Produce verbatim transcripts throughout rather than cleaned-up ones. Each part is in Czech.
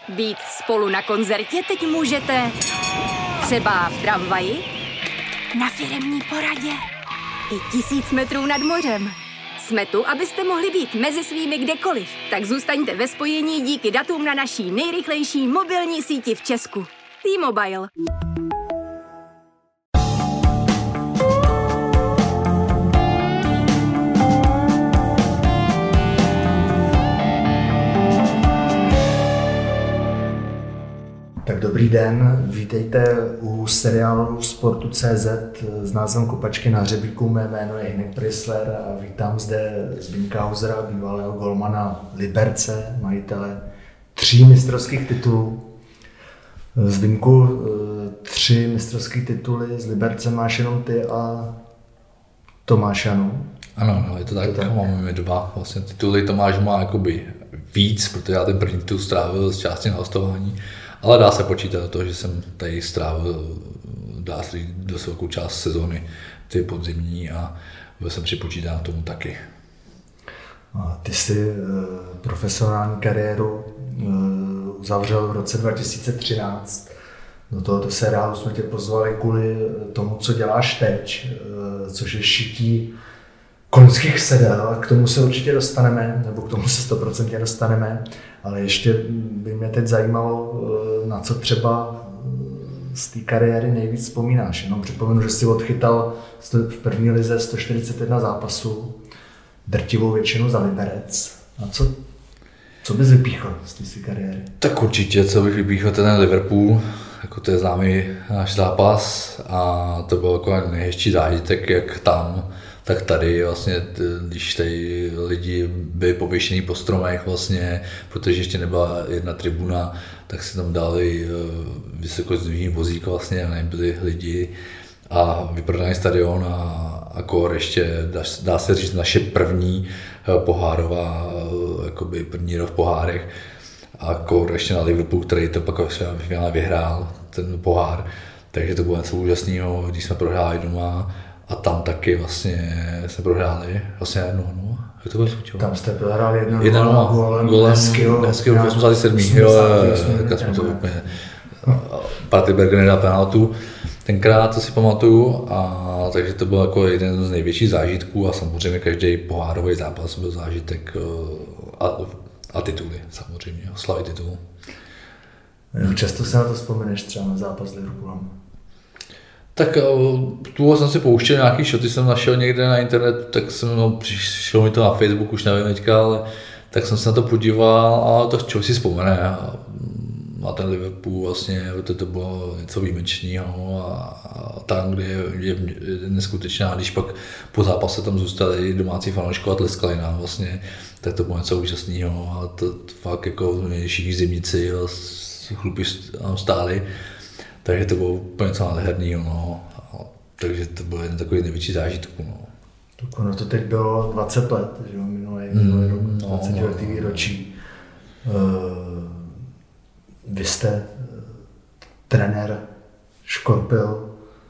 Být spolu na koncertě teď můžete třeba v tramvaji, na firemní poradě i tisíc metrů nad mořem. Jsme tu, abyste mohli být mezi svými kdekoliv. Tak zůstaňte ve spojení díky datům na naší nejrychlejší mobilní síti v Česku. T-Mobile. Tak dobrý den, vítejte u seriálu Sportu tečka cé zet s názvem Kopačky na hřebíku. Mé jméno je Hinek Prysler a vítám zde Zbyňka Hausera, bývalého golmana Liberce, majitele tří mistrovských titulů. Zbyňku, tři mistrovské tituly z Liberce máš jenom ty a Tomáš Janu. Ano, no, je to tak, to tak. Máme dva vlastně tituly, Tomáš má jakoby víc, protože já ten první titul strávil z části na hostování. Ale dá se počítat do toho, že jsem tady strávil, dá se říct, dost velkou část sezóny, ty podzimní, a byl jsem připočítán tomu taky. Ty jsi uh, profesionální kariéru uh, uzavřel v roce dva tisíce třináct. Do tohoto seriálu jsme tě pozvali kvůli tomu, co děláš teď, uh, což je šití koňských sedel, a k tomu se určitě dostaneme, nebo k tomu se stoprocentně dostaneme, ale ještě by mě teď zajímalo, na co třeba z té kariéry nejvíc vzpomínáš. Jenom připomenu, že jsi odchytal v první lize sto čtyřicet jedna zápasů, drtivou většinu za Liberec. A co, co bys vypíchl z té kariéry? Tak určitě, co bych vypíchl, ten Liverpool, jako to je známý náš zápas, a to byl jako nejhezčí zážitek, jak tam, tak tady vlastně, když tady lidi byli pověšení po stromech vlastně, protože ještě nebyla jedna tribuna, tak si tam dali vysokozdvižný vozík vlastně a nebyli lidi a vyprodaný stadion a, a kor ještě, dá, dá se říct, naše první pohárová, jakoby první rok v pohárech, a kor ještě na Liverpool, který to pak vyhrál, ten pohár, takže to bylo něco úžasného, když jsme prohráli doma. A tam taky vlastně jsme prohráli, vlastně jedno, no, jak to bylo součilo? Tam jste prohráli jedno, jedno no, golem, golem hezkýho, hezkýho v osmdesát sedm. Jo, tak jsme to úplně, Party Berger nedal penaltu, tenkrát, to si pamatuju, a takže to byl jako jeden z největších zážitků a samozřejmě každý pohárový zápas byl zážitek a, a tituly samozřejmě, slavy titulů. Často se na to vzpomeneš třeba na zápas s Liverpoolem? Tak tu jsem si pouštěl nějaký shoty, jsem našel někde na internetu, tak jsem, no, přišel mi to na Facebook, už nevím teďka, ale tak jsem se na to podíval a to člověk si vzpomene. A ten Liverpool vlastně, to, to bylo něco výjimečného a, a tam, kde je, je neskutečná, když pak po zápase tam zůstali domácí fanouškové a tleskali nám vlastně, tak to bylo něco úžasného a to, to fakt jako všichni zimníci a chlupy tam stáli. Takže to bylo úplně něco nádherného, no. Takže to byl jeden takový největší zážitků, no. No to teď bylo dvacet let, že jo, minulý, minulý rok, mm, no, dvacetiletý výročí. Uh, vy jste uh, trenér Škorpil,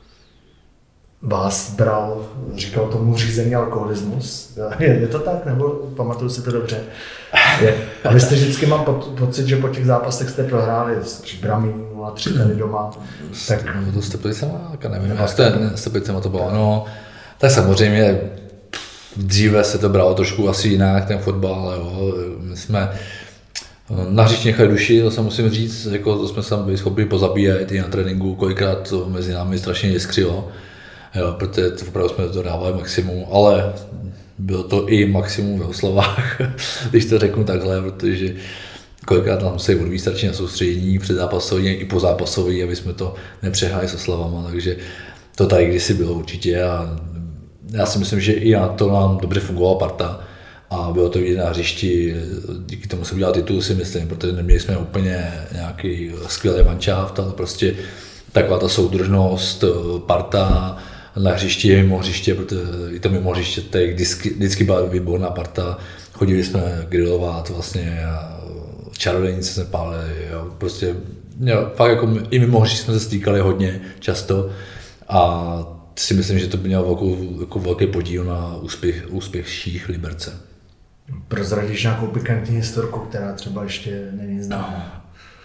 vás bral, říkal tomu řízený alkoholismus. Je, je to tak, nebo pamatuju si to dobře? Je. A vy jste vždycky mám po, pocit, že po těch zápasech jste prohráli s Příbramí nula tři tady doma. Tak... No, to s Teplicema, nevím, no, s Teplicema to bylo, no. Tak samozřejmě dříve se to bralo trošku asi jinak, ten fotbal, ale jo, my jsme na hřišti nechali duši, to se musím říct, jako to jsme se byli schopni pozabíjet i na tréninku, kolikrát to mezi námi strašně jiskřilo. Jo, protože to opravdu jsme to dávali maximum, ale bylo to i maximum ve oslavách, když to řeknu takhle, protože kolikrát tam se odvíjí stačí na soustředění předzápasový i po zápasový, aby jsme to nepřehráli s oslavama, takže to tady kdysi bylo určitě a já si myslím, že i na to nám dobře fungovala parta a bylo to vidět na hřišti, díky tomu se udělal titul, si myslím, protože neměli jsme úplně nějaký skvělý manšaft, ale prostě taková ta soudržnost, parta na hřišti, mimo hřiště, protože i to mimo hřiště, tady vždycky, vždycky byla výborná parta, chodili jsme grillovat vlastně, čarodějnice jsme pálili, jo, prostě jo, fakt jako i mimo hřiště jsme se stýkali hodně často a si myslím, že to by mělo velkou, jako velký podíl na úspěch, úspěších Liberce. Prozradíš nějakou pikantní historku, která třeba ještě není známá?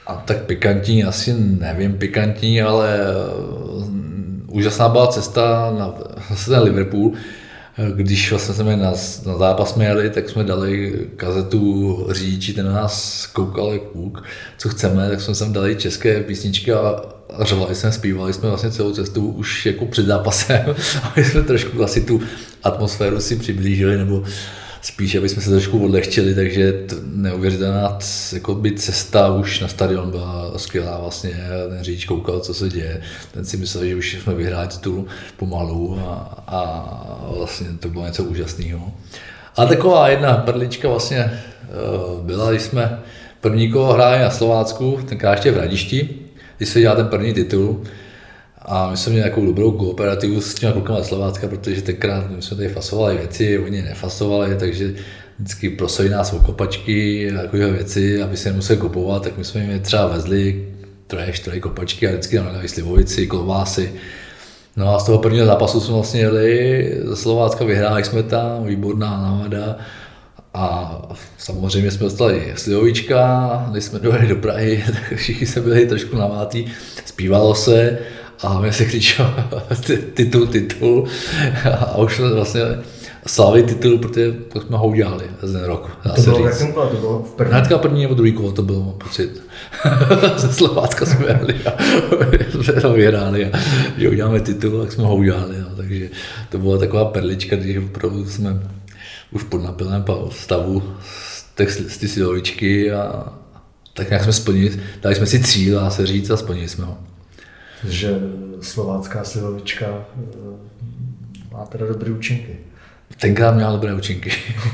A tak pikantní, asi nevím pikantní, ale úžasná byla cesta na, na Liverpool. Když vlastně jsme na, na zápas jsme jeli, tak jsme dali kazetu řidiči, ten na nás koukal jak půk, co chceme, tak jsme sem dali české písničky a, a řvali jsme, zpívali jsme vlastně celou cestu už jako před zápasem, aby jsme trošku asi tu atmosféru si přiblížili, nebo spíš, aby jsme se trošku odlehčili, takže neuvěřitelná jako by cesta už na stadion byla skvělá vlastně, ten řidič koukal, co se děje, ten si myslel, že už jsme vyhráli titul pomalu a, a vlastně to bylo něco úžasného. A taková jedna perlička vlastně byla, když jsme první kolo hráli na Slovácku, tenkrát ještě v Hradišti, když se dělal ten první titul. A my jsme měli nějakou dobrou kooperativu s těma klukama Slovácka, protože tenkrát my jsme tady fasovali věci, oni nefasovali, takže vždycky prosili nás o kopačky a takové věci, aby se nemuseli kopovat, tak my jsme jim třeba vezli troje, čtyři kopačky a vždycky nám dali slivovici, klobásy. No a z toho prvního zápasu jsme vlastně jeli ze Slovácka, vyhráli jsme tam, výborná nálada. A samozřejmě jsme dostali slivovička, když jsme dojeli do Prahy, tak všichni jsme byli trošku namátí, zpívalo se a mě se křičelo titul, titul a už jsme vlastně slavili titul, protože to jsme ho udělali za ten rok. To bylo v jakém kole? To bylo v první? Hnedka první nebo druhý kolo to bylo, mám pocit. Ze Slovácka jsme jeli a jsme to vyhráli a že uděláme titul, tak jsme ho udělali. No. Takže to byla taková perlička, když opravdu jsme už pod napilném stavu z ty silovičky a tak nějak jsme splnili, dali jsme si cíl a se říct a splnili jsme ho. Že slovácká slivovička má teda dobré účinky. Tenkrát měla dobré účinky.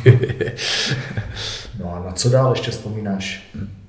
No a na co dál ještě vzpomínáš?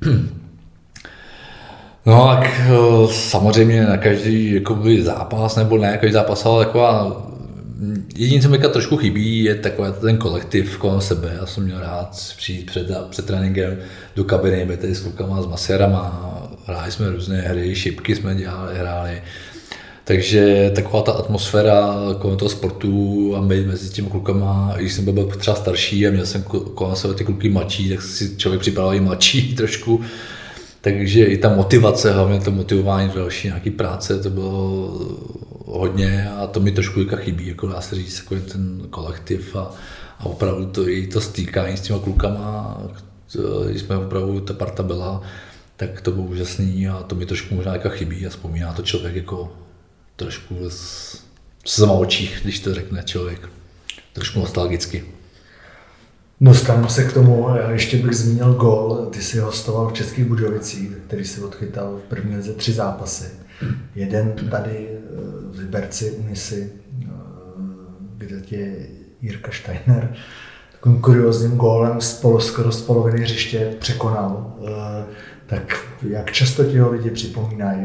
No tak samozřejmě na každý jakoby, zápas, nebo ne každý zápas, ale taková jediné, co mi trošku chybí, je takový ten kolektiv kolem sebe. Já jsem měl rád přijít před, před tréninkem do kabiny, být tady s klukama, s masérama, hráli jsme různé hry, šipky jsme dělali, hráli. Takže taková ta atmosféra kolem toho sportu a být mezi těmi klukama, když jsem byl třeba starší a měl jsem kolem sebe ty kluky mladší, tak si člověk připadal i mladší trošku. Takže i ta motivace, hlavně to motivování do další nějaký práce, to bylo hodně a to mi trošku chybí, jako dá se říct, jako ten kolektiv a, a opravdu to i to stýkání s těma klukama, když jsme opravdu, ta parta byla, tak to bylo úžasný a to mi trošku možná chybí a vzpomíná to člověk jako trošku z očích, když to řekne člověk, trošku nostalgicky. Dostaneme se k tomu, já ještě bych zmínil gól, ty jsi hostoval v Českých Budějovicích, který si odchytal v první lize tři zápasy. Jeden tady v Liberci Unisi, kde tě Jirka Steiner takovým kuriózním gólem z polo, skoro z poloviny hřiště překonal. Tak jak často ti ho lidi připomínají?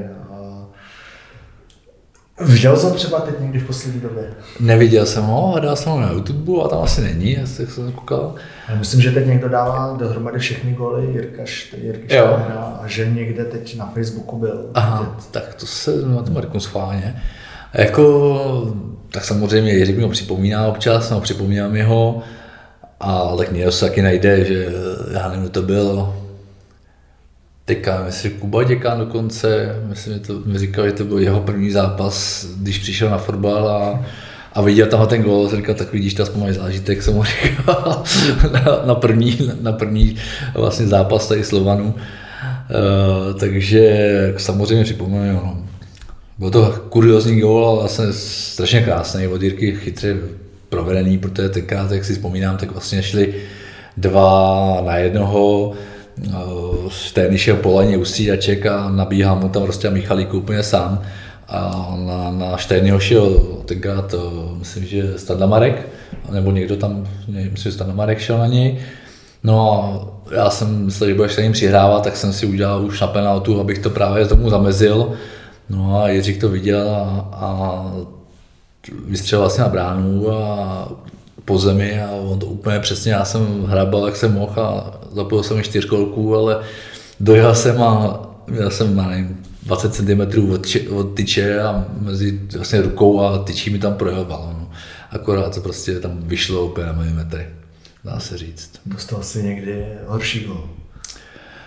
Viděl jsi ho třeba teď někdy v poslední době? Neviděl jsem ho, dal jsem ho na YouTube a tam asi není, jestli jsem koukal. Já myslím, že teď někdo dává dohromady všechny góly Jirka Steina a že někde teď na Facebooku byl. Aha, vidět. Tak to se na tom řeknu schválně. Jako, tak samozřejmě Jiřík mi ho připomíná občas, no, připomínám jeho, ale tak někdo se taky najde, že já nevím, kdo to byl. Teďka, myslím, Kuba Děkán dokonce, myslím, že to mi říkal, že to byl jeho první zápas, když přišel na fotbal a, a viděl tam ten gól, jsem říkal, tak vidíš, to aspoň máš zážitek, jsem mu říkal, na, na, první, na první vlastně zápas tady Slovanu. Uh, takže samozřejmě připomínám, no. Byl to kuriózní gól, ale vlastně strašně krásný, od Jirky chytře provedený, protože tenkrát, jak si vzpomínám, tak vlastně šli dva na jednoho, z té nižšího poleně u střídaček a nabíhá mu tam prostě Michalík úplně sám. A na, na Štejnyho šel tenkrát, myslím, že Standa Marek, nebo někdo tam, myslím, že Standa Marek šel na něj. No a já jsem myslel, že budeš se jim přihrávat, tak jsem si udělal už na penaltu, abych to právě tomu zamezil. No a Jiřík to viděl a, a vystřelil vlastně na bránu a po zemi a on to úplně přesně, já jsem hrabal, jak jsem mohl a zapojil jsem mi čtyřkolku, ale dojel jsem a měl jsem, nevím, dvacet centimetrů od, od tyče a mezi vlastně rukou a tyčí mi tam projel balon. Akorát to prostě tam vyšlo úplně na milimetry, dá se říct. Dostal jsi někdy horší gól?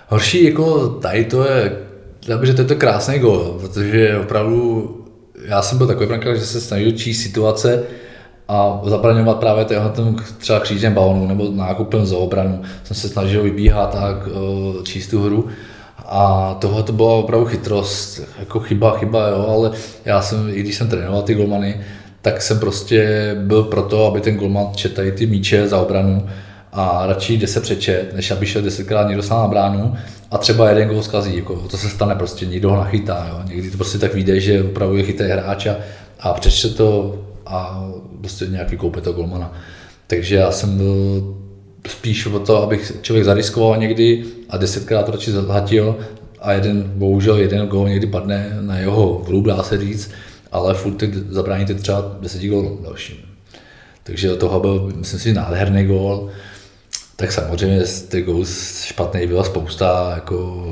Horší jako tady to je, já bych, že to je to krásný gól, protože opravdu já jsem byl takový brankář, že se snažil číst situace a zabraňovat právě tomu třeba křížem balónu nebo nákupem za obranu. Jsem se snažil vybíhat tak, číst tu hru. A tohle to byla opravdu chytrost, jako chyba, chyba, jo, ale já jsem, i když jsem trénoval ty golmany, tak jsem prostě byl pro to, aby ten golman četl tady ty míče za obranu a radši jde se přečet, než aby šel desetkrát někdo sám na bránu a třeba jeden gól zkazí, jako, to se stane prostě, někdo ho nachytá, jo. Někdy to prostě tak vyjde, že opravdu je chytej hráč a, a přečte to a prostě nějak vykoupe toho golmana. Takže já jsem byl spíš o to, abych člověk zariskoval někdy a desetkrát to radši zahatil a jeden, bohužel jeden gól někdy padne na jeho vrub, dá se říct, ale furt teď zabráníte třeba deseti gólům dalším. Takže toho byl, myslím si, nádherný gól. Tak samozřejmě těch gólů špatný byla spousta, jako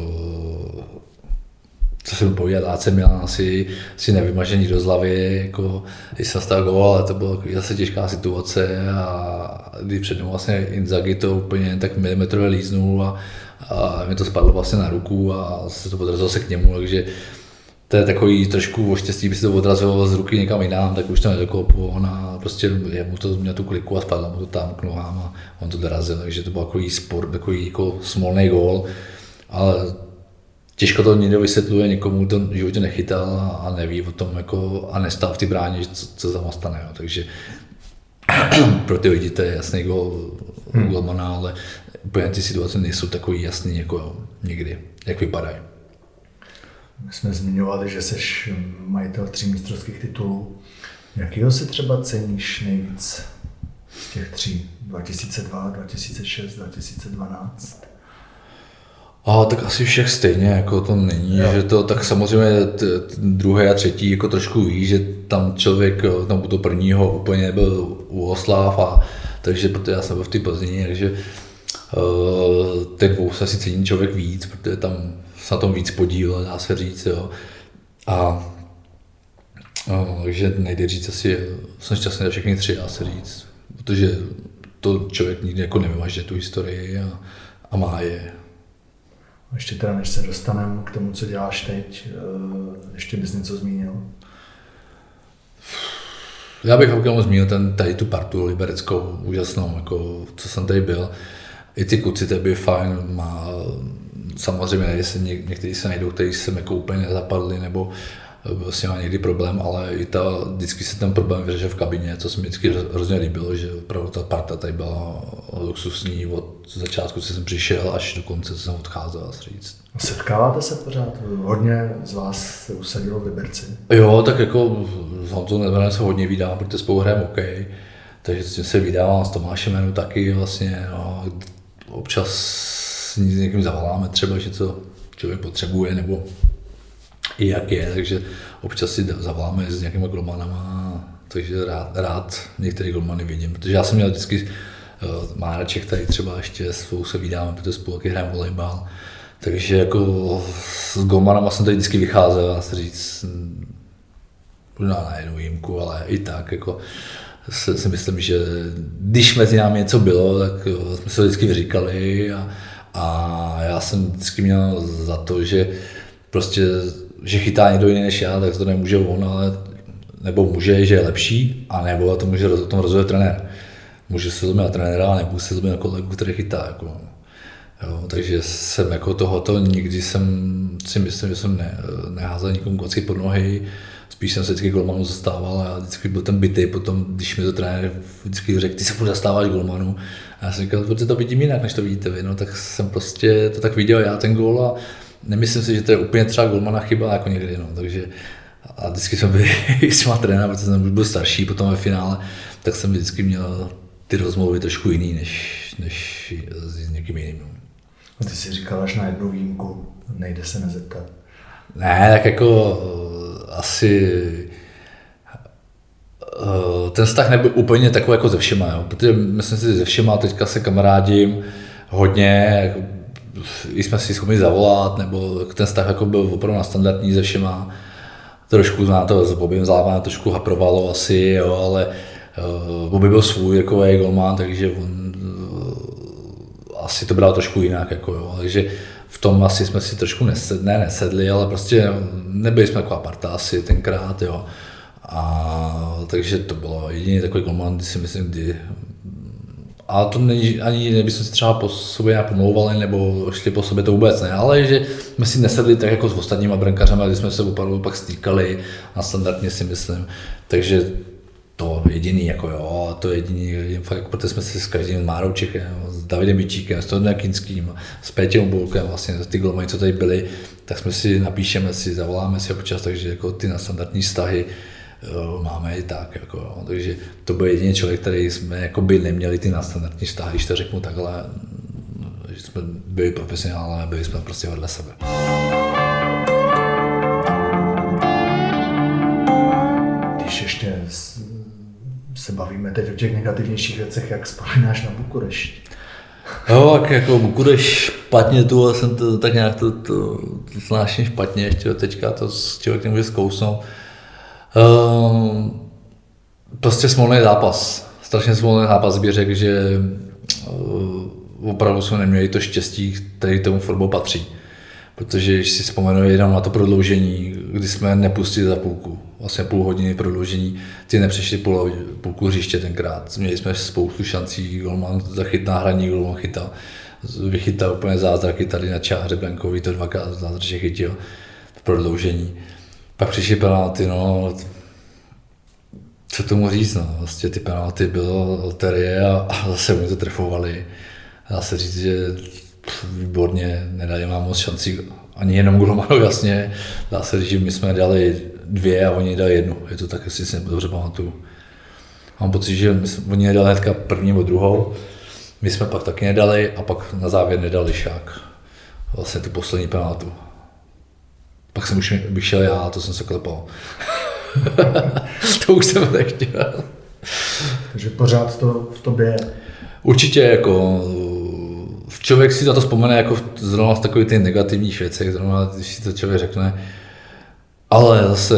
co jsem povídat, A C Milan asi, asi nevymažení do zlavy, jako, když jsem stal gól, ale to byla zase těžká situace a když před mnou vlastně Inzaghi to úplně tak milimetrově líznul a, a mi to spadlo vlastně na ruku a se to odrazilo se k němu, takže to je takový trošku o štěstí, by se to odrazilo z ruky někam jinam, tak už to nedokopl, on a prostě jemu to měl tu kliku a spadlo mu to tam k nohám a on to dorazil, takže to byl takový sport, takový jako smolný gól, ale těžko to někdo vysvětluje, někomu to v životě nechytal a neví o tom jako, a nestál v té bráně, co, co tam stane. Jo. Takže pro ty lidi to je jasný gól hmm. golmana, ale úplně ty situace nejsou takový jasný jako jo, někdy, jak vypadají. My jsme zmiňovali, že jsi majitel tří mistrovských titulů. Jakýho si třeba ceníš nejvíc z těch tří? dva tisíce dva, dva tisíce šest, dva tisíce dvanáct? A tak asi všech stejně, jako to není, jo. Že to tak samozřejmě t, t, druhé a třetí jako trošku ví, že tam člověk, tam u toho prvního úplně nebyl u oslav a takže protože já jsem byl v té Plzni, takže uh, ten dvou se asi cení člověk víc, protože tam se na tom víc podílel, dá se říct, jo. A uh, takže nejde říct asi, jsem šťastný za všechny tři, dá se říct, protože to člověk nikdy jako nevymaže tu historii a, a má je. Ještě teda, než se dostaneme k tomu, co děláš teď, ještě bys něco zmínil? Já bych opravdu zmínil ten, tady tu partu libereckou, úžasnou, jako, co jsem tady byl. I ty kluci tady byli fajn, má, samozřejmě se, něk, někteří se najdou, kteří se jako úplně nezapadli, nebo byl s nimi někdy problém, ale i ta, vždycky se ten problém vyřešil v kabině, co se mi vždycky hrozně líbilo, že opravdu ta parta tady byla luxusní od začátku, co jsem přišel, až do konce, co jsem odcházel, asi říct. Setkáváte se pořád? Hodně z vás se usadilo v Liberci? Jo, tak jako s Honzou Nedvědem se hodně vídám, protože spolu hrajeme hokej, takže se vydávám s Tomášem Menu taky vlastně, no, občas s někým zavoláme třeba, že co člověk potřebuje, nebo i jak je, takže občas si zavoláme s nějakýma golmanama, takže rád, rád některé golmany vidím, protože já jsem měl vždycky uh, Máreček tady třeba ještě spolu se vídáme, protože spolu taky hrajeme volejbal, takže jako s golmanama jsem tady vždycky vycházel, dá se říct, možná na jednu výjimku, ale i tak jako si, si myslím, že když mezi námi něco bylo, tak uh, jsme se vždycky vyříkali a, a já jsem vždycky měl za to, že prostě že chytá někdo jiný než já, tak to nemůže on, ale nebo může, že je lepší, a nebo to může o tom rozhoduje trenér. Může se zlomit na trenéra, nebo se zlomit na kolegu, který chytá. Jako. Jo, takže jsem jako tohoto nikdy jsem si myslím, že jsem ne, neházel nikomu kocky pod nohy, spíš jsem se vždycky golmanu zastával a vždycky byl ten bitej potom, když mi to trenér vždycky řekl, ty se furt zastáváš golmanu. A já jsem říkal, protože to vidím jinak, než to vidíte vy, no, tak jsem prostě to tak viděl já ten gól a nemyslím si, že to je úplně třeba golmana chyba jako někdy, no, takže a vždycky jsem byl s těma trenéra, protože jsem už byl starší potom ve finále, tak jsem vždycky měl ty rozmluvy trošku jiný, než, než s někým jiným. No. A ty si říkal až na jednu výjimku, nejde se nezeptat. Ne, tak jako asi ten vztah nebyl úplně takový jako ze všema, jo, protože myslím si, že ze všema teďka se kamarádím hodně, i jsme si schopni zavolat, nebo ten vztah jako byl opravdu standardní ze všema. Trošku zná to s Bobym Zláma, trošku haprovalo asi, jo, ale uh, Bobby byl svůj jako golman, takže on uh, asi to bral trošku jinak, jako, jo, takže v tom asi jsme si trošku nesedli, ne, nesedli, ale prostě nebyli jsme taková parta asi tenkrát, jo. A takže to bylo jediný takový golman, kdy si myslím, kdy a to není, ani nebychom si třeba po sobě nějak pomlouvali, nebo šli po sobě, to vůbec ne, ale že jsme si nesedli tak jako s ostatníma brankářemi, kdy jsme se opravdu pak stýkali a standardně si myslím, takže to jediný, jako jo, to jediný, fakt, protože jsme si s každým Mároučekem, s Davidem Bičíkem, s Todem Kinským, s Pétěm Bulkem, vlastně ty golmani, co tady byli, tak jsme si napíšeme si, zavoláme si občas, takže jako ty nadstandardní vztahy máme i tak, jako, jo. Takže to byl jediný člověk, který jsme jako by neměli ty nadstandardní vztahy, když to řeknu takhle, že jsme byli profesionálové, byli jsme prostě vedle sebe. Když ještě se bavíme teď o těch negativnějších věcech, jak vzpomínáš na Bukurešť? Jo, tak jako Bukurešť špatně tu, ale jsem to tak nějak to, to, to zvláštně špatně, ještě teďka to člověk nemůže zkousnout. Um, prostě smolný zápas, strašně smolný zápas bych řekl, že uh, opravdu jsme neměli to štěstí, který tomu fotbalu patří. Protože když si vzpomenu jenom na to prodloužení, kdy jsme nepustili za půlku, vlastně půl hodiny prodloužení, ty nepřešli půl, půlku hřiště tenkrát. Měli jsme spoustu šancí, golman zachyt na hraní, golman chytal, vychytal úplně zázraky tady na čáře Blankovi, to dvakrát zázračně chytil v prodloužení. Pak přišly penalty, no, co tomu říct, no, vlastně ty penalty bylo loterie a, a zase oni to trefovali. Dá se říct, že výborně, nedali nám moc šancí, ani jenom golmanu, jasně. Dá se říct, že my jsme dali dvě a oni dali jednu, je to tak, jestli si dobře pamatuju. Mám pocit, že my jsme, oni nedali hnedka první nebo druhou, my jsme pak taky nedali a pak na závěr nedali šák, vlastně tu poslední penaltu. Pak jsem už bych šel já, to jsem se klepal. To už jsem nechtěl. Takže pořád to v tobě je. Určitě jako, člověk si na to vzpomene jako zrovna v takových těch negativních věcech, zrovna když si to člověk řekne. Ale zase,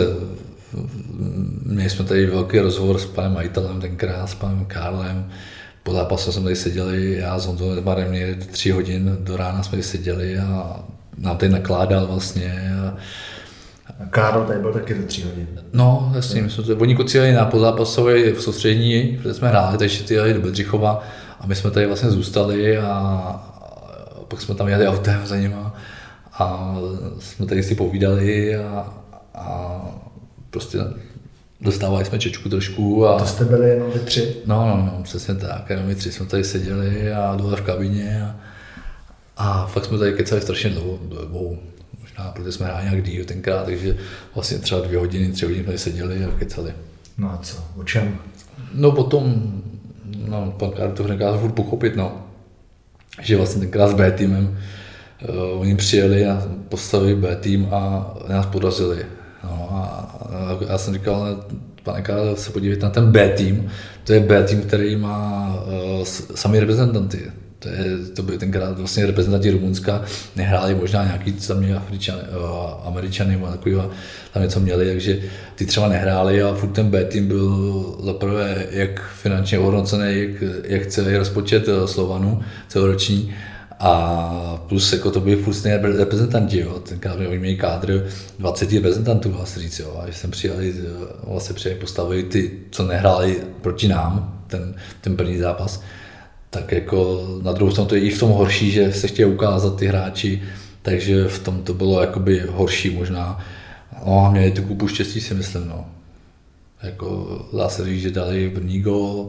měli jsme tady velký rozhovor s panem majitelem tenkrát, s panem Karlem. Po zápasu jsme tady seděli, já s Honzou Nedmarem měli tři hodin do rána jsme tady seděli a nám tady nakládal vlastně. A Karol tady byl taky do tří hodin. No, jasně, my jsme to, oni kluci jeli na pozápasové v soustředění, protože jsme hráli, takže ty jeli do Bedřichova a my jsme tady vlastně zůstali a, a pak jsme tam jeli autem za nima a jsme tady si povídali a, a prostě dostávali jsme čečku trošku. A to jste byli jenom vy tři? No, no, no, přesně tak, jenom my tři jsme tady seděli a dole v kabině a, a fakt jsme tady kecali strašně dlouho, dlouho. Možná, protože jsme hráli nějak díl tenkrát, takže vlastně třeba dvě hodiny, tři hodiny tady seděli a kecali. No a co, o čem? No potom, no, pan Karl to nekázal furt pochopit, no, že vlastně tenkrát s B-týmem, uh, oni přijeli a postavili B-tým a nás porazili. No, a, a já jsem říkal, pane Karle, se podívejte na ten B-tým, to je B-tým, který má uh, sami reprezentanty. To, je, to byli tenkrát vlastně reprezentanti Rumunska, nehráli možná nějaký tam Afričany, Američany nebo takovýho, tam něco měli, takže ty třeba nehráli a furt ten B-tým byl zaprvé jak finančně ohodnocený, jak, jak celý rozpočet Slovanu celoroční a plus jako to byli furt stejné reprezentanti, jo. Tenkrát oni měli kádr dvacet reprezentantů, vlastně říct, jo. A když jsem přijeli, vlastně přijeli postavili ty, co nehráli proti nám, ten, ten první zápas, tak jako na druhou stranu to je i v tom horší, že se chtějí ukázat ty hráči, takže v tom to bylo jakoby horší možná. No, měli tu kupu štěstí, si myslím, no. Jako dá se říct, že dali první gól,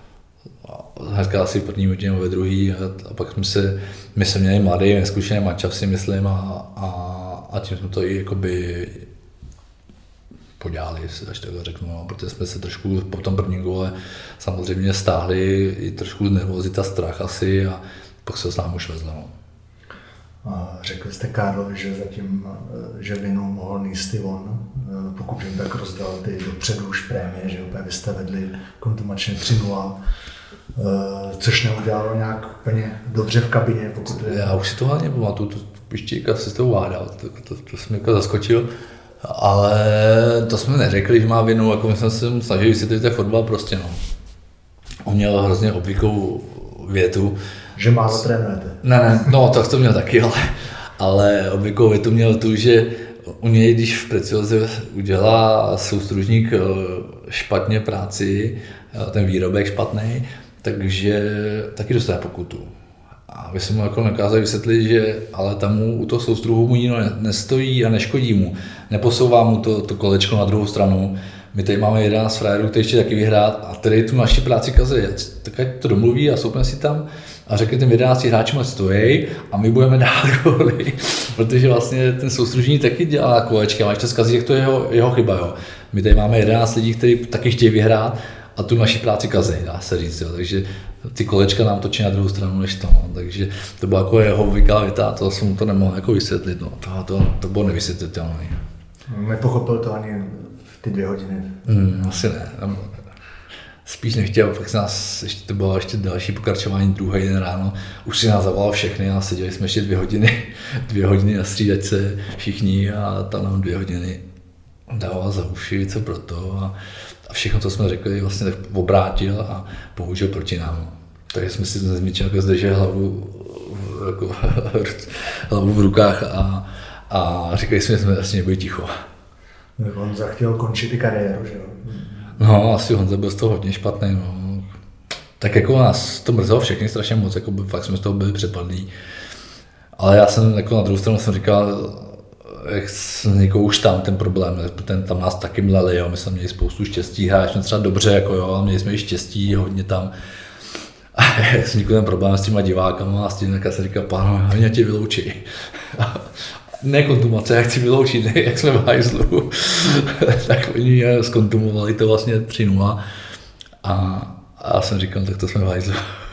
hnedka asi v první hodině ve druhý a, a pak jsme se, my jsme měli mladý, neskušený mančav, si myslím, a, a, a tím jsme to i jakoby podělali, až tak řeknu, no, protože jsme se trošku po tom prvním góle samozřejmě stáhli, i trošku nervozita, strach asi a pak se s námi už vezlo. No. A řekli jste Karlovi, že zatím, že vinu mohl nést i on, pokud jim tak rozdal ty dopředu už prémie, že úplně vy jste vedli kontumačně tři nula, což neudělalo nějak úplně dobře v kabině. Pokud je... Já už si to hlavně pamatuju, tu pištíka si s tou vádal, to, to, to, to jsem jako zaskočil. Ale to jsme neřekli, že má vinu, jako my jsme se snažili vysvětlit ten fotbal prostě, no. On měl hrozně obvyklou větu. Že málo trénujete. Ne, ne, no tak to měl taky, ale, ale obvyklou větu měl tu, že u něj, když v precioze udělá soustružník špatně práci, ten výrobek špatný, takže taky dostane pokutu. A vy se mu jako nekázali vysvětlit, že ale tam mu u toho soustruhu mu jinou nestojí a neškodí mu. Neposouvá mu to, to kolečko na druhou stranu. My tady máme jedenáct frajerů, který ještě taky vyhrát a který tu naši práci kazí. Tak ať to domluví a soupne si tam a řekne těm jedenácti hráčům, ať stojí a my budeme dát góly. Protože vlastně ten soustružník taky dělá kolečky a až to zkazí, jak to je jeho, jeho chyba. Jo. My tady máme jedenáct lidí, kteří taky chtějí vyhrát a tu naši práci kazí, dá se říct. Jo. Takže ty kolečka nám točí na druhou stranu než to. No. Takže to byla jako jeho obvyklá věta a to jsem mu to nemohl jako vysvětlit. No. To, to, to bylo nevysvětlitelné. Nepochopil to ani v ty dvě hodiny. Hmm, asi ne. Spíš nechtěl, pak se nás, ještě to bylo ještě další pokračování druhý den ráno, už si nás zavolal všechny a seděli jsme ještě dvě hodiny, dvě hodiny na střídačce všichni a tam nám dvě hodiny dával za uši, co pro to a, a všechno, co jsme řekli, vlastně tak obrátil a použil proti nám. Takže jsme si nezmíčili jako zdrželi hlavu, jako, hlavu v rukách a, a říkali jsme, že jsme asi nebyli ticho. On chtěl končit i kariéru, že jo? No, asi Honza byl z toho hodně špatný, no. Tak jako nás to mrzelo všechny strašně moc, jako by, fakt jsme z toho byli přepadlí. Ale já jsem jako na druhou stranu jsem říkal, jak s někoho už tam ten problém, ten tam nás taky mleli, jo. My jsme měli spoustu štěstí, hráli jsme třeba dobře, jako jo, a měli jsme i štěstí hodně tam. A jak jsem ten problém s těma divákama a s tím, tak jsem říkal, páno, oni tě vyloučí. Ne kontumace, já chci vyloučit, jak jsme v hajzlu. Tak oni zkontumovali to vlastně tři nula a, a já jsem říkal, tak to jsme v hajzlu.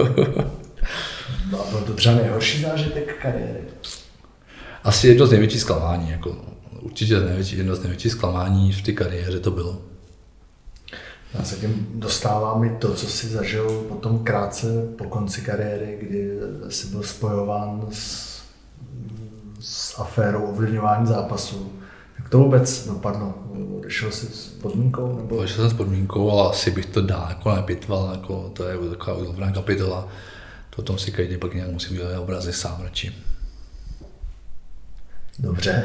No a byl to třeba nejhorší zážitek kariéry? Asi jedno z největších zklamání, jako, určitě největší, jedno z největších zklamání v té kariéře to bylo. Já se tím dostávám i to, co jsi zažil potom krátce po konci kariéry, kdy jsi byl spojován s s aférou ovlivňování zápasů. Jak to vůbec dopadlo? Odešel jsi s podmínkou? Nebo... Odešel jsem s podmínkou, ale asi bych to dál jako nepitval, jako to je taková dobrá kapitola. To tom si každý pak nějak musí udělat obrazy sám radši. Dobře.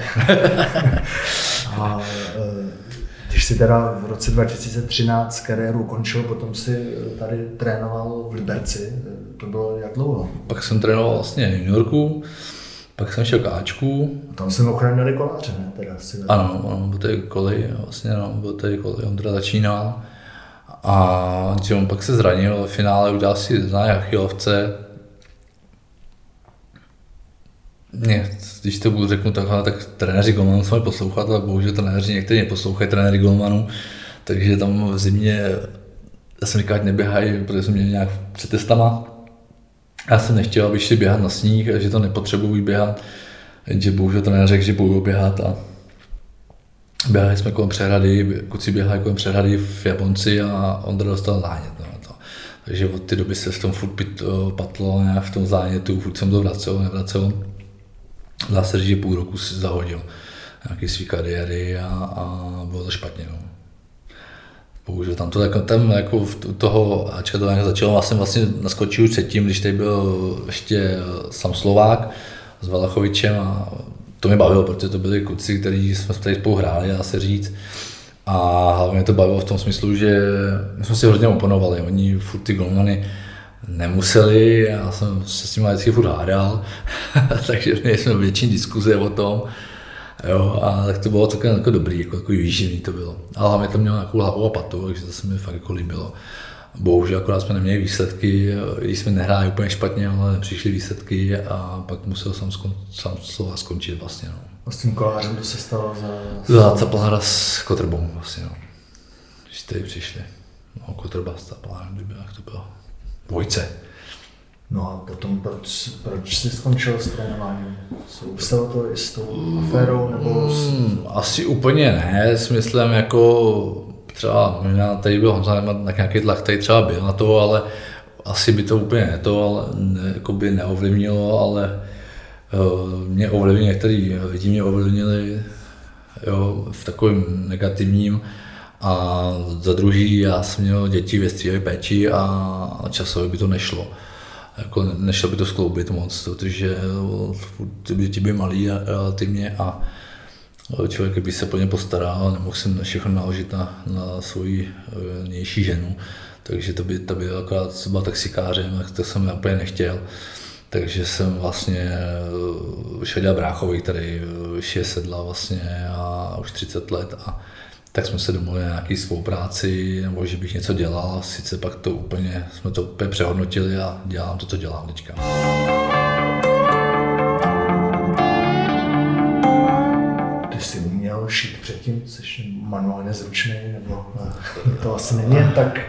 A když jsi teda v roce dva tisíce třináct kariéru ukončil, potom si tady trénoval v Liberci. To bylo jak dlouho? Pak jsem trénoval vlastně v New Yorku. Pak jsem šel k Ačku. A tam jsem ochránil koláře, ne? Teda si ano, ano, byl tady Koli, vlastně no, byl tady Koli, on teda začínal. A on pak se zranil, ale v finále udělal si známé achilovce. Ne, když to budu řeknu takhle, tak trenéři golmanů se mají poslouchat, ale bohužel trenéři někteří neposlouchají trenéři golmanů, takže tam v zimě, já jsem říkal, ať neběhají, protože jsem měl nějak před testama. Já jsem nechtěl, aby šli běhat na sníh, že to nepotřebují běhat, že bohužel to neřekl, že budou běhat a běhali jsme kolem přehrady, kluci běhali kolem přehrady v Japonci a Ondra dostal zánět. No, to. Takže od té doby se v tom furt pit, patlo, nějak v tom zánětu, furt jsem to vracel, nevracel. Dá se říct, že půl roku si zahodil nějaký svý kariéry a, a bylo to špatně. No. Bohužel tam to jako, tam jako v toho Ačka to nějak začalo, já jsem vlastně naskočil už předtím, když tady byl ještě Sam Slovák s Valachovičem a to mě bavilo, protože to byli kluci, kteří jsme tady spolu hráli, dá se říct. A hlavně mě to bavilo v tom smyslu, že my jsme si hodně oponovali, oni furt ty golmany nemuseli, já jsem se s nimi vždycky furt hádal, takže měli jsme větší diskuze o tom. Jo, a tak to bylo takové jako dobrý, jako takový výživný to bylo. Ale hlavně to mělo nějakou hlavu a patu, takže to se mi fakt jako líbilo. Bohužel akorát jsme neměli výsledky, když jsme nehráli úplně špatně, ale nepřišly výsledky a pak musel sám, skon, sám slova skončit vlastně. No. A s tím kolářem to se stalo za... Za Caplára s Kotrbou vlastně, no. Když tady přišli. No, Kotrba s Caplárem, jak to bylo. Dvojce. No a potom proč, proč jsi skončil s trénováním? Souviselo to i s tou aférou? Nebo s... mm, asi úplně ne, s myslím jako třeba možná tady byl Honza na nějaký tlak, tady třeba byl na to, ale asi by to úplně ne to, ale ne, jako by neovlivnilo, ale uh, mě ovlivnili, některý lidi mě ovlivnili jo, v takovém negativním. A za druhý, já jsem měl děti ve střídavé péči a časově by to nešlo. jako nešlo by to skloubit moc, protože ty děti by malý relativně a člověk by se po ně postaral, nemohl jsem všechno naložit na, na svoji vnější ženu, takže to by, to by akorát byla taxikářem, tak to jsem úplně nechtěl. Takže jsem vlastně šel dělat bráchovi, který je sedla vlastně a už třicet let a tak jsme se domluvili na nějaký spolupráci, nebo že bych něco dělal, sice pak to úplně, jsme to úplně přehodnotili a dělám to, co dělám teďka. Ty jsi uměl šít předtím, jsi manuálně zručný, nebo to asi není jen tak...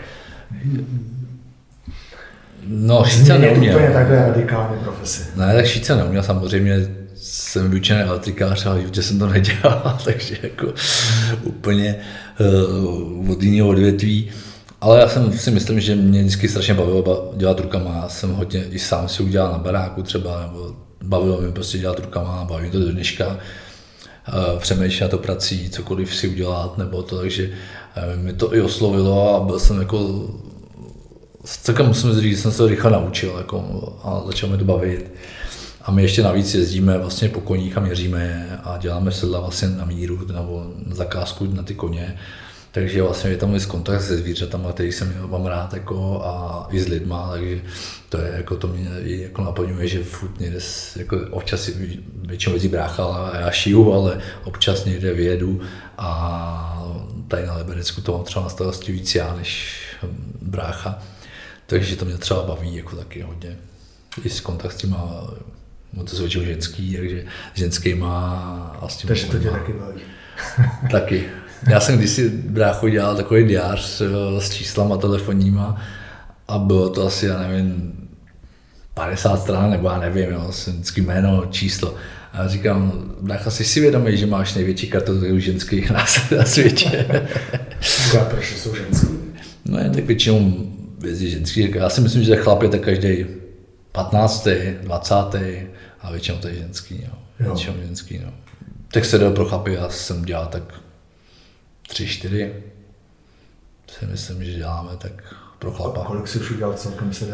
No, šít jsem neuměl. Úplně takhle radikální profesi. Ne, tak šít jsem neuměl, samozřejmě jsem vyučený elektrikář, ale že jsem to nedělal, takže jako úplně uh, od jiného odvětví. Ale já jsem si myslím, že mě vždycky strašně bavilo dělat rukama. Já jsem hodně i sám si udělal na baráku třeba, nebo bavilo mě prostě dělat rukama, baví to do dneška. Uh, přemýšlet na to prací, cokoliv si udělat, nebo to, takže uh, mi to i oslovilo a byl jsem jako celkem musím říct, že jsem se to rychle naučil jako, a začal mi to bavit. A my ještě navíc jezdíme vlastně po koních a měříme je a děláme sedla vlastně na míru nebo na zakázku na ty koně. Takže vlastně je tam i kontakt se zvířatama, který jsem mám rád jako, a i s lidma, takže to je jako to mě jako naplňuje, že furt někde jako občas většinou jezdí brácha a já šiju, ale občas někde vyjedu a tady na Liberecku to mám třeba na starosti víc já než brácha. Takže to mě třeba baví jako taky hodně. I s kontakt s těma, no to jsou většinou ženský, takže ženskýma a s tím. Takže to tě taky baví. Taky. Já jsem kdysi brácho dělal takový diář s číslama telefonníma a bylo to asi, já nevím, padesát stran, nebo já nevím, jo, jsem vždycky jméno, číslo. A já říkám, brácha, jsi si vědomý, že máš největší kartu ženských na světě. A proč jsou ženský? No jen tak většinou jezdí ženský. Já si myslím, že chlap je tak každý patnáctý, dvacátý a většinou to je ženský. Jo. Většinou ženský, no. Tak se dal pro chlapy, já jsem dělal tak tři, čtyři. Si myslím, že děláme tak pro chlapa. A kolik jsi už udělal celkem se dal?